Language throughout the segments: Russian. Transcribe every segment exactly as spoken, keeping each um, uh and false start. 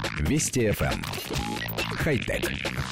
Вести эф эм. Хай-тек.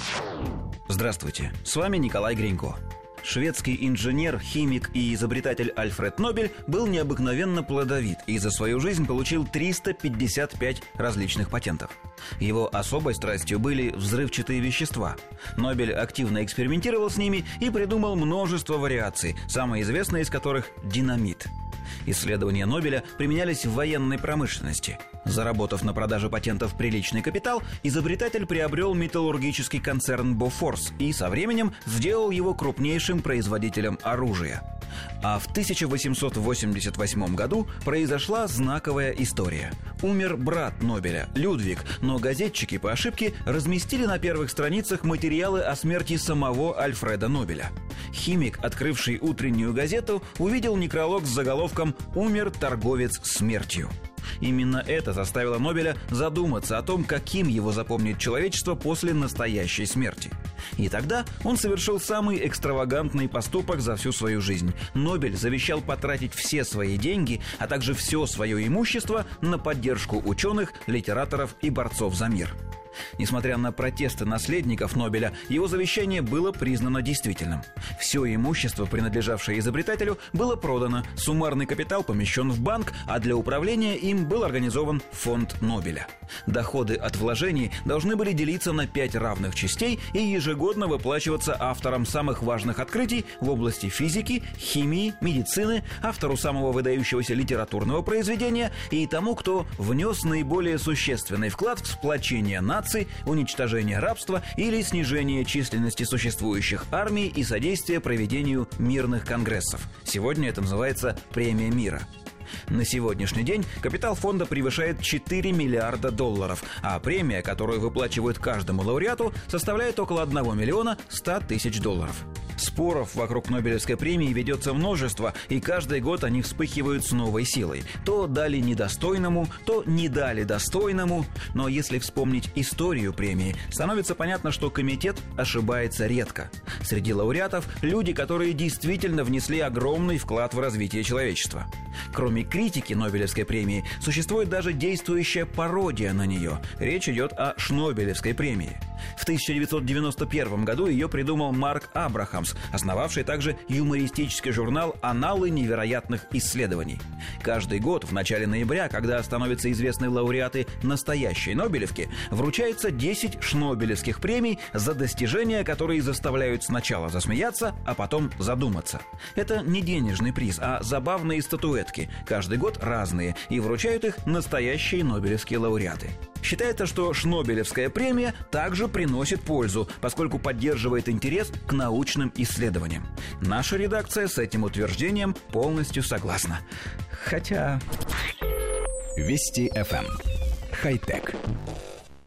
Здравствуйте, с вами Николай Гринько. Шведский инженер, химик и изобретатель Альфред Нобель был необыкновенно плодовит и за свою жизнь получил триста пятьдесят пять различных патентов. Его особой страстью были взрывчатые вещества. Нобель активно экспериментировал с ними и придумал множество вариаций, самая известная из которых – динамит. Исследования Нобеля применялись в военной промышленности. Заработав на продаже патентов приличный капитал, изобретатель приобрел металлургический концерн «Бофорс» и со временем сделал его крупнейшим производителем оружия. А в тысяча восемьсот восемьдесят восьмом году произошла знаковая история. Умер брат Нобеля, Людвиг, но газетчики по ошибке разместили на первых страницах материалы о смерти самого Альфреда Нобеля. Химик, открывший утреннюю газету, увидел некролог с заголовком «Умер торговец смертью». Именно это заставило Нобеля задуматься о том, каким его запомнит человечество после настоящей смерти. И тогда он совершил самый экстравагантный поступок за всю свою жизнь. Нобель завещал потратить все свои деньги, а также все свое имущество на поддержку ученых, литераторов и борцов за мир. Несмотря на протесты наследников Нобеля, его завещание было признано действительным. Все имущество, принадлежавшее изобретателю, было продано, суммарный капитал помещен в банк, а для управления им был организован фонд Нобеля. Доходы от вложений должны были делиться на пять равных частей и ежегодно выплачиваться авторам самых важных открытий в области физики, химии, медицины, автору самого выдающегося литературного произведения и тому, кто внес наиболее существенный вклад в сплочение наций, уничтожение рабства или снижение численности существующих армий и содействие проведению мирных конгрессов. Сегодня это называется «Премия мира». На сегодняшний день капитал фонда превышает четыре миллиарда долларов, а премия, которую выплачивают каждому лауреату, составляет около одного миллиона ста тысяч долларов. Споров вокруг Нобелевской премии ведется множество, и каждый год они вспыхивают с новой силой. То дали недостойному, то не дали достойному. Но если вспомнить историю премии, становится понятно, что комитет ошибается редко. Среди лауреатов люди, которые действительно внесли огромный вклад в развитие человечества. Кроме критики Нобелевской премии, существует даже действующая пародия на нее. Речь идет о Шнобелевской премии. В тысяча девятьсот девяносто первом году ее придумал Марк Абрахамс, основавший также юмористический журнал «Аналы невероятных исследований». Каждый год в начале ноября, когда становятся известны лауреаты настоящей Нобелевки, вручается десять шнобелевских премий за достижения, которые заставляют сначала засмеяться, а потом задуматься. Это не денежный приз, а забавные статуэтки, каждый год разные, и вручают их настоящие нобелевские лауреаты. Считается, что Шнобелевская премия также приносит пользу, поскольку поддерживает интерес к научным исследованиям. Наша редакция с этим утверждением полностью согласна. Хотя... Вести эф эм. Хай-тек.